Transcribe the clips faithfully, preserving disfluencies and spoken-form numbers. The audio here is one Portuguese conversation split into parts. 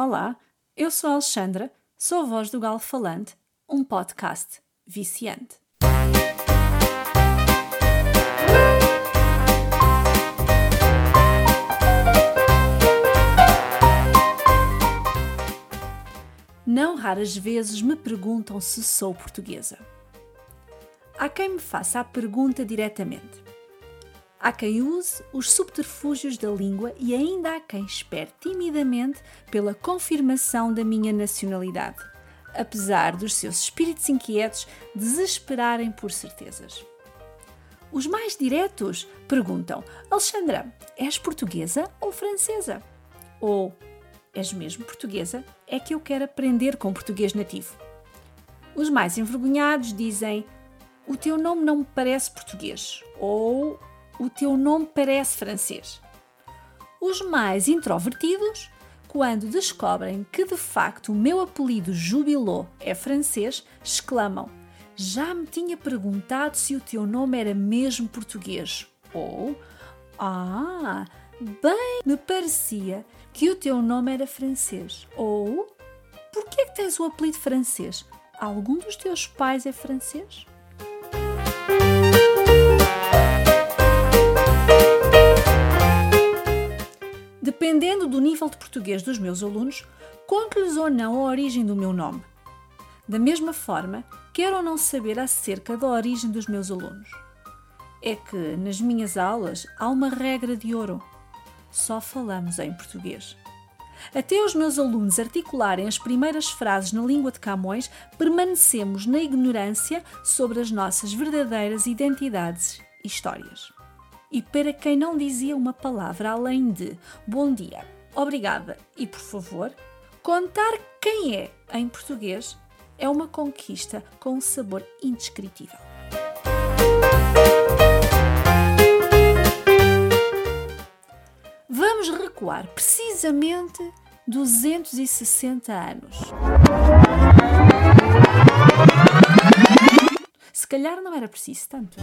Olá, eu sou a Alexandra, sou a voz do Galo Falante, um podcast viciante. Não raras vezes me perguntam se sou portuguesa. Há quem me faça a pergunta diretamente. Há quem use os subterfúgios da língua e ainda há quem espere timidamente pela confirmação da minha nacionalidade, apesar dos seus espíritos inquietos desesperarem por certezas. Os mais diretos perguntam: Alexandra, és portuguesa ou francesa? Ou és mesmo portuguesa? É que eu quero aprender com português nativo. Os mais envergonhados dizem: o teu nome não me parece português, ou o teu nome parece francês. Os mais introvertidos, quando descobrem que de facto o meu apelido Jubilô é francês, exclamam: já me tinha perguntado se o teu nome era mesmo português. Ou, ah, bem, me parecia que o teu nome era francês. Ou, por que é que tens o apelido francês? Algum dos teus pais é francês? Dependendo do nível de português dos meus alunos, conto-lhes ou não a origem do meu nome. Da mesma forma, quero ou não saber acerca da origem dos meus alunos. É que, nas minhas aulas, há uma regra de ouro. Só falamos em português. Até os meus alunos articularem as primeiras frases na língua de Camões, permanecemos na ignorância sobre as nossas verdadeiras identidades e histórias. E para quem não dizia uma palavra além de bom dia, obrigada e por favor, contar quem é em português é uma conquista com um sabor indescritível. Vamos recuar precisamente duzentos e sessenta anos. Se calhar não era preciso tanto.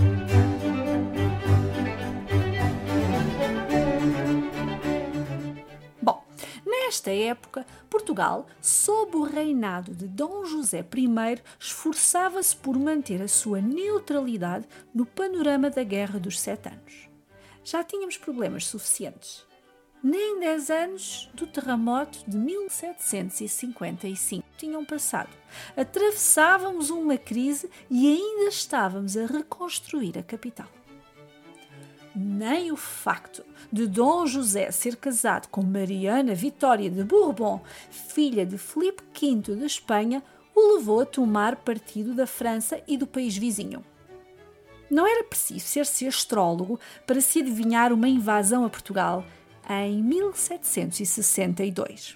Bom, nesta época, Portugal, sob o reinado de Dom José I, esforçava-se por manter a sua neutralidade no panorama da Guerra dos Sete Anos. Já tínhamos problemas suficientes. Nem dez anos do terremoto de mil setecentos e cinquenta e cinco tinham passado. Atravessávamos uma crise e ainda estávamos a reconstruir a capital. Nem o facto de Dom José ser casado com Mariana Vitória de Bourbon, filha de Filipe quinto de Espanha, o levou a tomar partido da França e do país vizinho. Não era preciso ser-se astrólogo para se adivinhar uma invasão a Portugal em mil setecentos e sessenta e dois.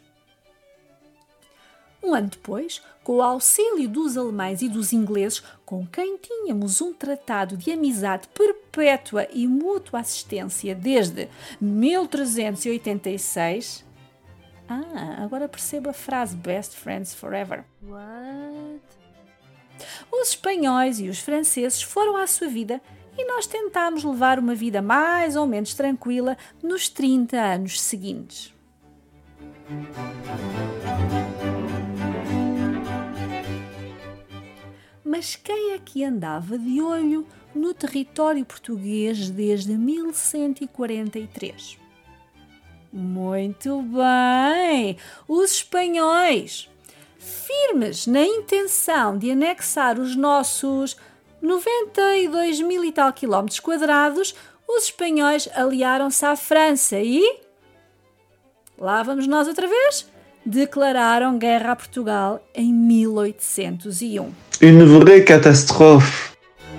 Um ano depois, com o auxílio dos alemães e dos ingleses, com quem tínhamos um tratado de amizade perpétua e mútua assistência desde mil trezentos e oitenta e seis... Ah, agora percebo a frase Best Friends Forever. What? Os espanhóis e os franceses foram à sua vida e nós tentámos levar uma vida mais ou menos tranquila nos trinta anos seguintes. Mas quem é que andava de olho no território português desde mil cento e quarenta e três? Muito bem! Os espanhóis! Firmes na intenção de anexar os nossos noventa e dois mil e tal quilómetros quadrados, os espanhóis aliaram-se à França e... Lá vamos nós outra vez? Declararam guerra a Portugal em mil oitocentos e um. Une vraie catastrophe.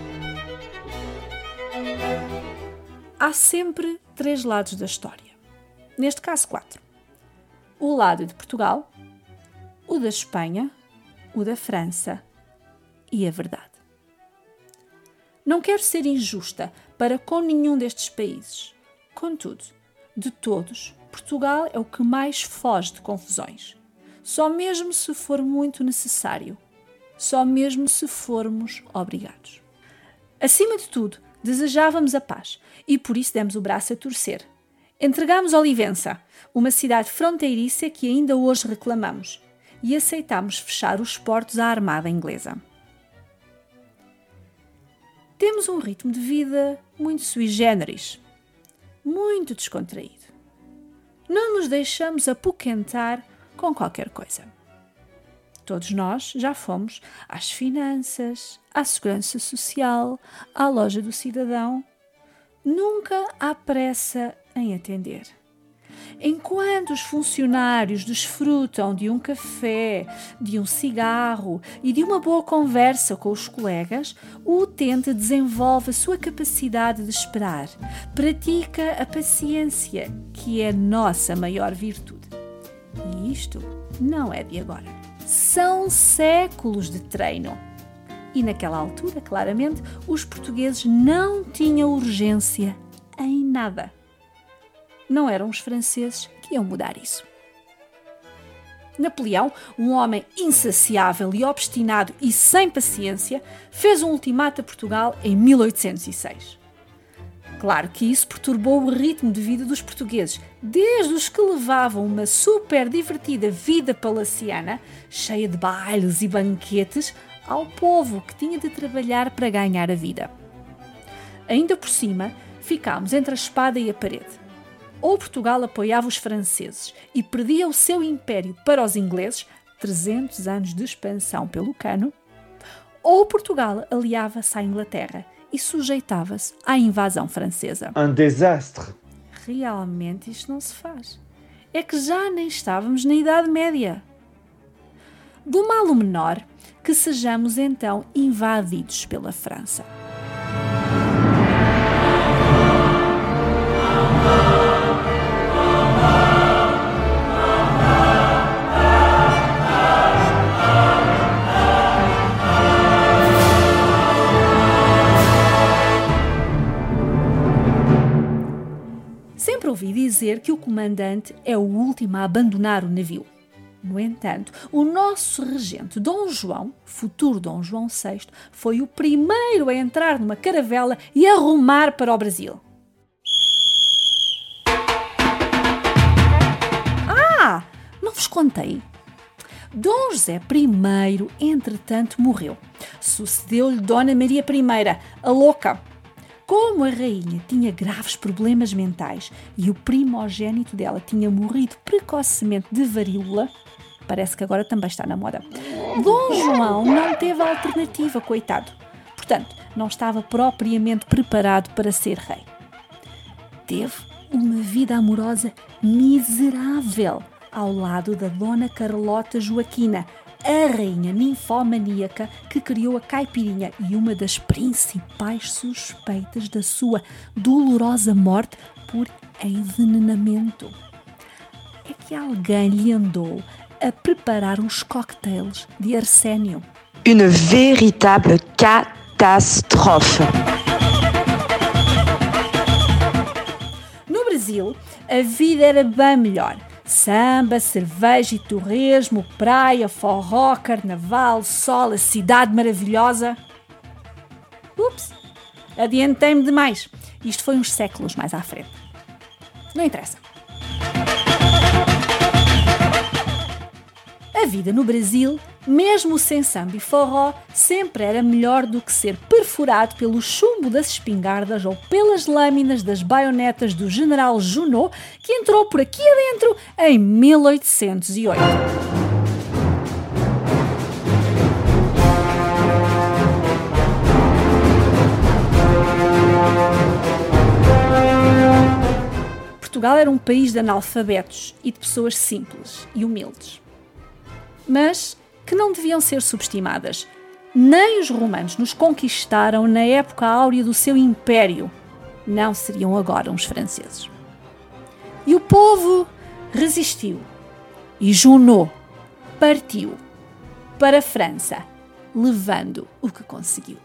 Há sempre três lados da história. Neste caso, quatro. O lado de Portugal, o da Espanha, o da França e a verdade. Não quero ser injusta para com nenhum destes países. Contudo, de todos, Portugal é o que mais foge de confusões. Só mesmo se for muito necessário. Só mesmo se formos obrigados. Acima de tudo, desejávamos a paz e por isso demos o braço a torcer. Entregámos Olivença, uma cidade fronteiriça que ainda hoje reclamamos, e aceitámos fechar os portos à armada inglesa. Temos um ritmo de vida muito sui generis, muito descontraído. Não nos deixamos apoquentar com qualquer coisa. Todos nós já fomos às finanças, à segurança social, à loja do cidadão. Nunca há pressa em atender. Enquanto os funcionários desfrutam de um café, de um cigarro e de uma boa conversa com os colegas, o utente desenvolve a sua capacidade de esperar, pratica a paciência, que é a nossa maior virtude. E isto não é de agora. São séculos de treino. E naquela altura, claramente, os portugueses não tinham urgência em nada. Não eram os franceses que iam mudar isso. Napoleão, um homem insaciável e obstinado e sem paciência, fez um ultimato a Portugal em mil oitocentos e seis. Claro que isso perturbou o ritmo de vida dos portugueses, desde os que levavam uma super divertida vida palaciana, cheia de bailes e banquetes, ao povo que tinha de trabalhar para ganhar a vida. Ainda por cima, ficámos entre a espada e a parede. Ou Portugal apoiava os franceses e perdia o seu império para os ingleses, trezentos anos de expansão pelo cano, ou Portugal aliava-se à Inglaterra e sujeitava-se à invasão francesa. Un désastre. Realmente isto não se faz. É que já nem estávamos na Idade Média. Do mal o menor que sejamos então invadidos pela França. Sempre ouvi dizer que o comandante é o último a abandonar o navio. No entanto, o nosso regente Dom João, futuro Dom João sexto, foi o primeiro a entrar numa caravela e a rumar para o Brasil. Ah, não vos contei. Dom José I, entretanto, morreu. Sucedeu-lhe Dona Maria I, a louca. Como a rainha tinha graves problemas mentais e o primogênito dela tinha morrido precocemente de varíola, parece que agora também está na moda, Dom João não teve alternativa, coitado. Portanto, não estava propriamente preparado para ser rei. Teve uma vida amorosa miserável ao lado da Dona Carlota Joaquina, a rainha ninfomaníaca que criou a caipirinha e uma das principais suspeitas da sua dolorosa morte por envenenamento. É que alguém lhe andou a preparar uns cocktails de arsénio. Une véritable catastrophe. No Brasil, a vida era bem melhor. Samba, cerveja e torresmo, praia, forró, carnaval, sol, a cidade maravilhosa. Ups, adiantei-me demais. Isto foi uns séculos mais à frente. Não interessa. A vida no Brasil, mesmo sem samba e forró, sempre era melhor do que ser perfurado pelo chumbo das espingardas ou pelas lâminas das baionetas do general Junot, que entrou por aqui adentro em mil oitocentos e oito. Portugal era um país de analfabetos e de pessoas simples e humildes, mas que não deviam ser subestimadas. Nem os romanos nos conquistaram na época áurea do seu império. Não seriam agora uns franceses. E o povo resistiu. E Junot partiu para a França, levando o que conseguiu.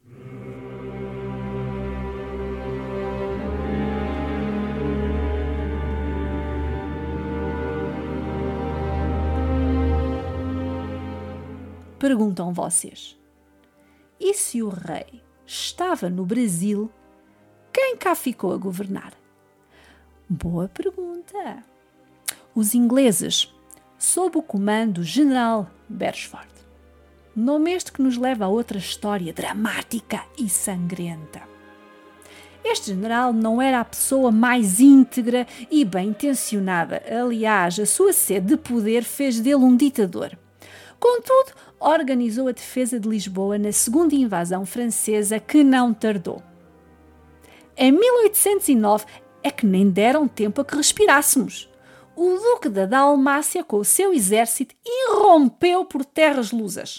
Perguntam vocês, e se o rei estava no Brasil, quem cá ficou a governar? Boa pergunta. Os ingleses, sob o comando do general Beresford. Nome este que nos leva a outra história dramática e sangrenta. Este general não era a pessoa mais íntegra e bem-intencionada. Aliás, a sua sede de poder fez dele um ditador. Contudo, organizou a defesa de Lisboa na segunda invasão francesa, que não tardou. Em mil oitocentos e nove é que nem deram tempo a que respirássemos. O Duque da Dalmácia, com o seu exército, irrompeu por terras lusas.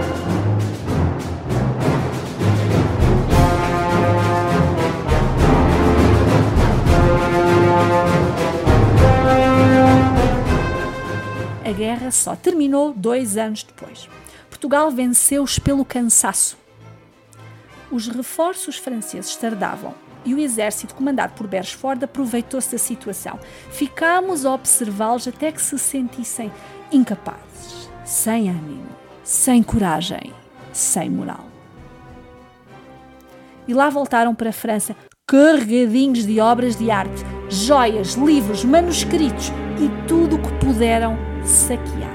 A guerra só terminou dois anos depois. Portugal venceu-os pelo cansaço. Os reforços franceses tardavam e o exército comandado por Beresford aproveitou-se da situação. Ficámos a observá-los até que se sentissem incapazes, sem ânimo, sem coragem, sem moral. E lá voltaram para a França carregadinhos de obras de arte, joias, livros, manuscritos e tudo o que puderam saquear.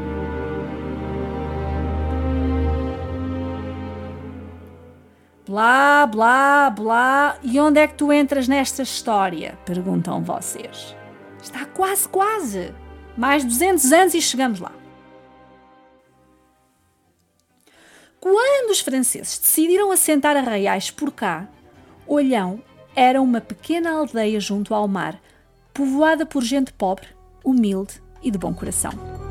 Blá, blá, blá. E onde é que tu entras nesta história? Perguntam vocês. Está quase, quase. Mais duzentos anos e chegamos lá. Quando os franceses decidiram assentar arraiais por cá, Olhão era uma pequena aldeia junto ao mar, povoada por gente pobre, humilde e de bom coração.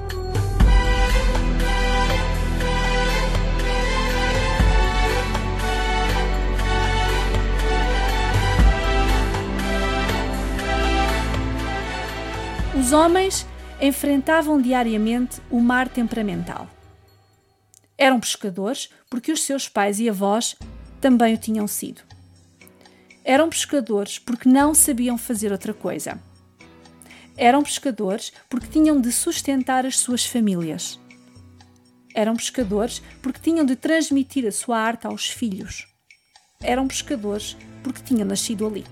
Os homens enfrentavam diariamente o mar temperamental. Eram pescadores porque os seus pais e avós também o tinham sido. Eram pescadores porque não sabiam fazer outra coisa. Eram pescadores porque tinham de sustentar as suas famílias. Eram pescadores porque tinham de transmitir a sua arte aos filhos. Eram pescadores porque tinham nascido ali.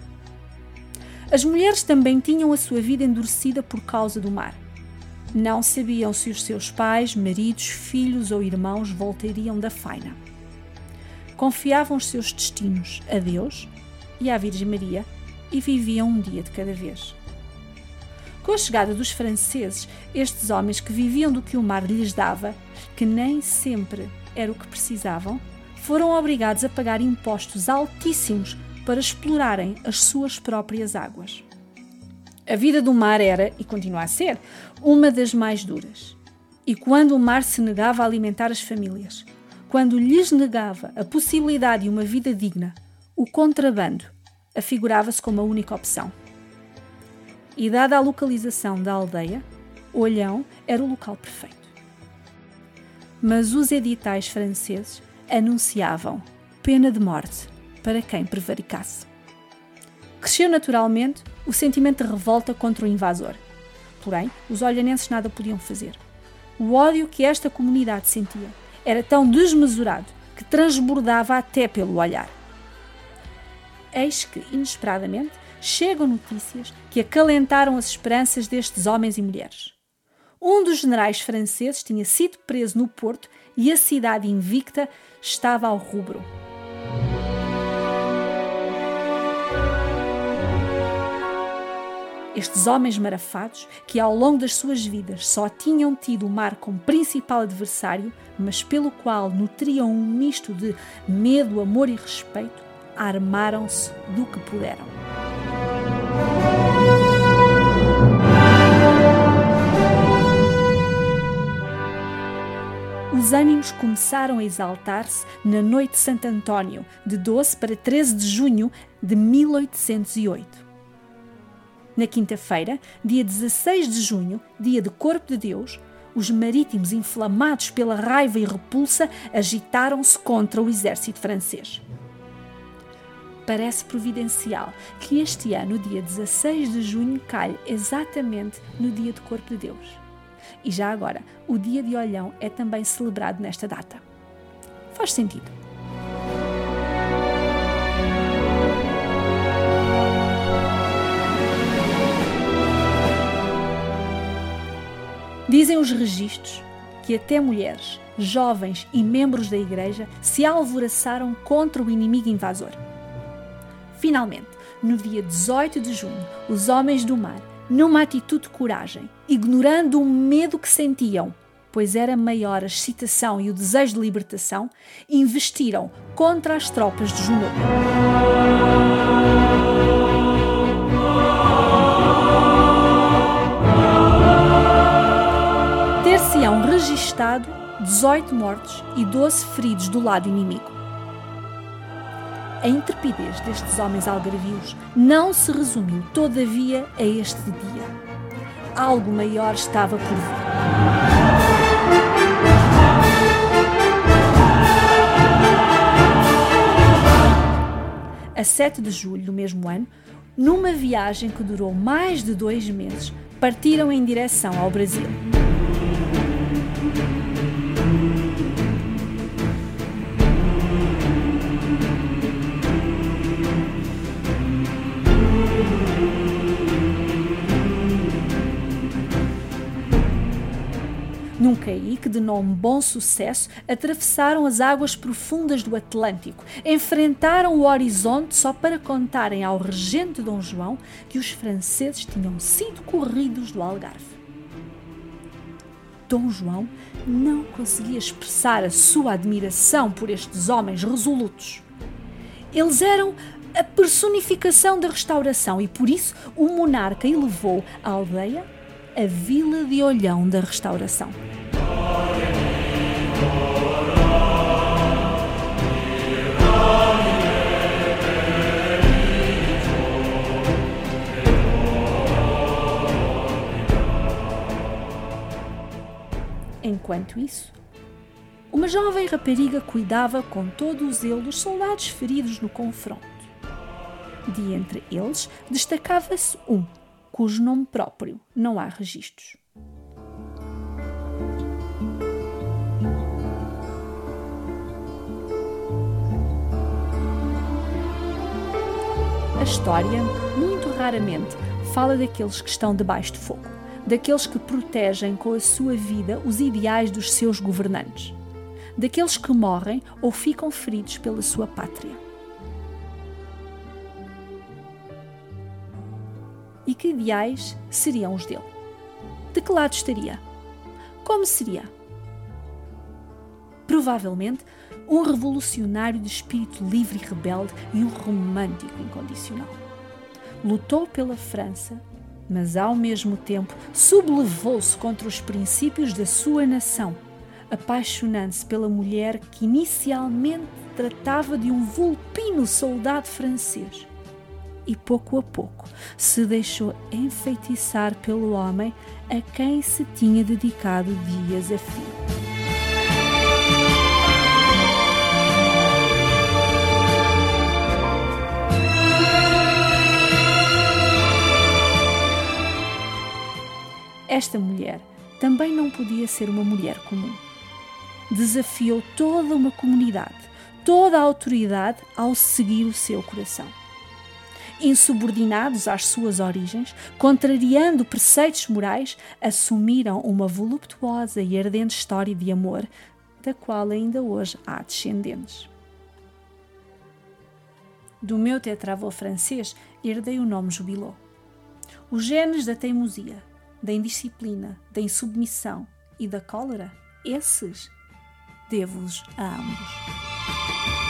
As mulheres também tinham a sua vida endurecida por causa do mar. Não sabiam se os seus pais, maridos, filhos ou irmãos voltariam da faina. Confiavam os seus destinos a Deus e à Virgem Maria e viviam um dia de cada vez. Com a chegada dos franceses, estes homens que viviam do que o mar lhes dava, que nem sempre era o que precisavam, foram obrigados a pagar impostos altíssimos para explorarem as suas próprias águas. A vida do mar era, e continua a ser, uma das mais duras. E quando o mar se negava a alimentar as famílias, quando lhes negava a possibilidade de uma vida digna, o contrabando afigurava-se como a única opção. E dada a localização da aldeia, Olhão era o local perfeito. Mas os editais franceses anunciavam pena de morte para quem prevaricasse. Cresceu naturalmente o sentimento de revolta contra o invasor. Porém, os olhanenses nada podiam fazer. O ódio que esta comunidade sentia era tão desmesurado que transbordava até pelo olhar. Eis que, inesperadamente, chegam notícias que acalentaram as esperanças destes homens e mulheres. Um dos generais franceses tinha sido preso no Porto e a cidade invicta estava ao rubro. Estes homens marafados, que ao longo das suas vidas só tinham tido o mar como principal adversário, mas pelo qual nutriam um misto de medo, amor e respeito, armaram-se do que puderam. Os ânimos começaram a exaltar-se na noite de Santo António, de doze para treze de junho de mil oitocentos e oito. Na quinta-feira, dia dezasseis de junho, dia de Corpo de Deus, os marítimos, inflamados pela raiva e repulsa, agitaram-se contra o exército francês. Parece providencial que este ano, dia dezasseis de junho, calhe exatamente no dia de Corpo de Deus. E já agora, o dia de Olhão é também celebrado nesta data. Faz sentido. Dizem os registros que até mulheres, jovens e membros da igreja se alvoroçaram contra o inimigo invasor. Finalmente, no dia dezoito de junho, os homens do mar, numa atitude de coragem, ignorando o medo que sentiam, pois era maior a excitação e o desejo de libertação, investiram contra as tropas de Junot. Ter-se-ão registado dezoito mortos e doze feridos do lado inimigo. A intrepidez destes homens algarvios não se resumiu, todavia, a este dia. Algo maior estava por vir. A sete de julho do mesmo ano, numa viagem que durou mais de dois meses, partiram em direção ao Brasil. Num caique de nome Bom Sucesso, atravessaram as águas profundas do Atlântico, enfrentaram o horizonte só para contarem ao regente Dom João que os franceses tinham sido corridos do Algarve. Dom João não conseguia expressar a sua admiração por estes homens resolutos. Eles eram a personificação da restauração e, por isso, o monarca elevou a aldeia a Vila de Olhão da Restauração. Enquanto isso, uma jovem rapariga cuidava com todo o zelo dos soldados feridos no confronto. De entre eles, destacava-se um, cujo nome próprio não há registros. A história, muito raramente, fala daqueles que estão debaixo de fogo, daqueles que protegem com a sua vida os ideais dos seus governantes, daqueles que morrem ou ficam feridos pela sua pátria. E que ideais seriam os dele? De que lado estaria? Como seria? Provavelmente um revolucionário de espírito livre e rebelde e um romântico incondicional. Lutou pela França, mas ao mesmo tempo sublevou-se contra os princípios da sua nação, apaixonando-se pela mulher que inicialmente tratava de um vulpino soldado francês. E pouco a pouco se deixou enfeitiçar pelo homem a quem se tinha dedicado dias a fio. Esta mulher também não podia ser uma mulher comum. Desafiou toda uma comunidade, toda a autoridade ao seguir o seu coração. Insubordinados às suas origens, contrariando preceitos morais, assumiram uma voluptuosa e ardente história de amor, da qual ainda hoje há descendentes. Do meu tetravô francês herdei o nome Jubilot. Os genes da teimosia, da indisciplina, da insubmissão e da cólera, esses devo-os a ambos.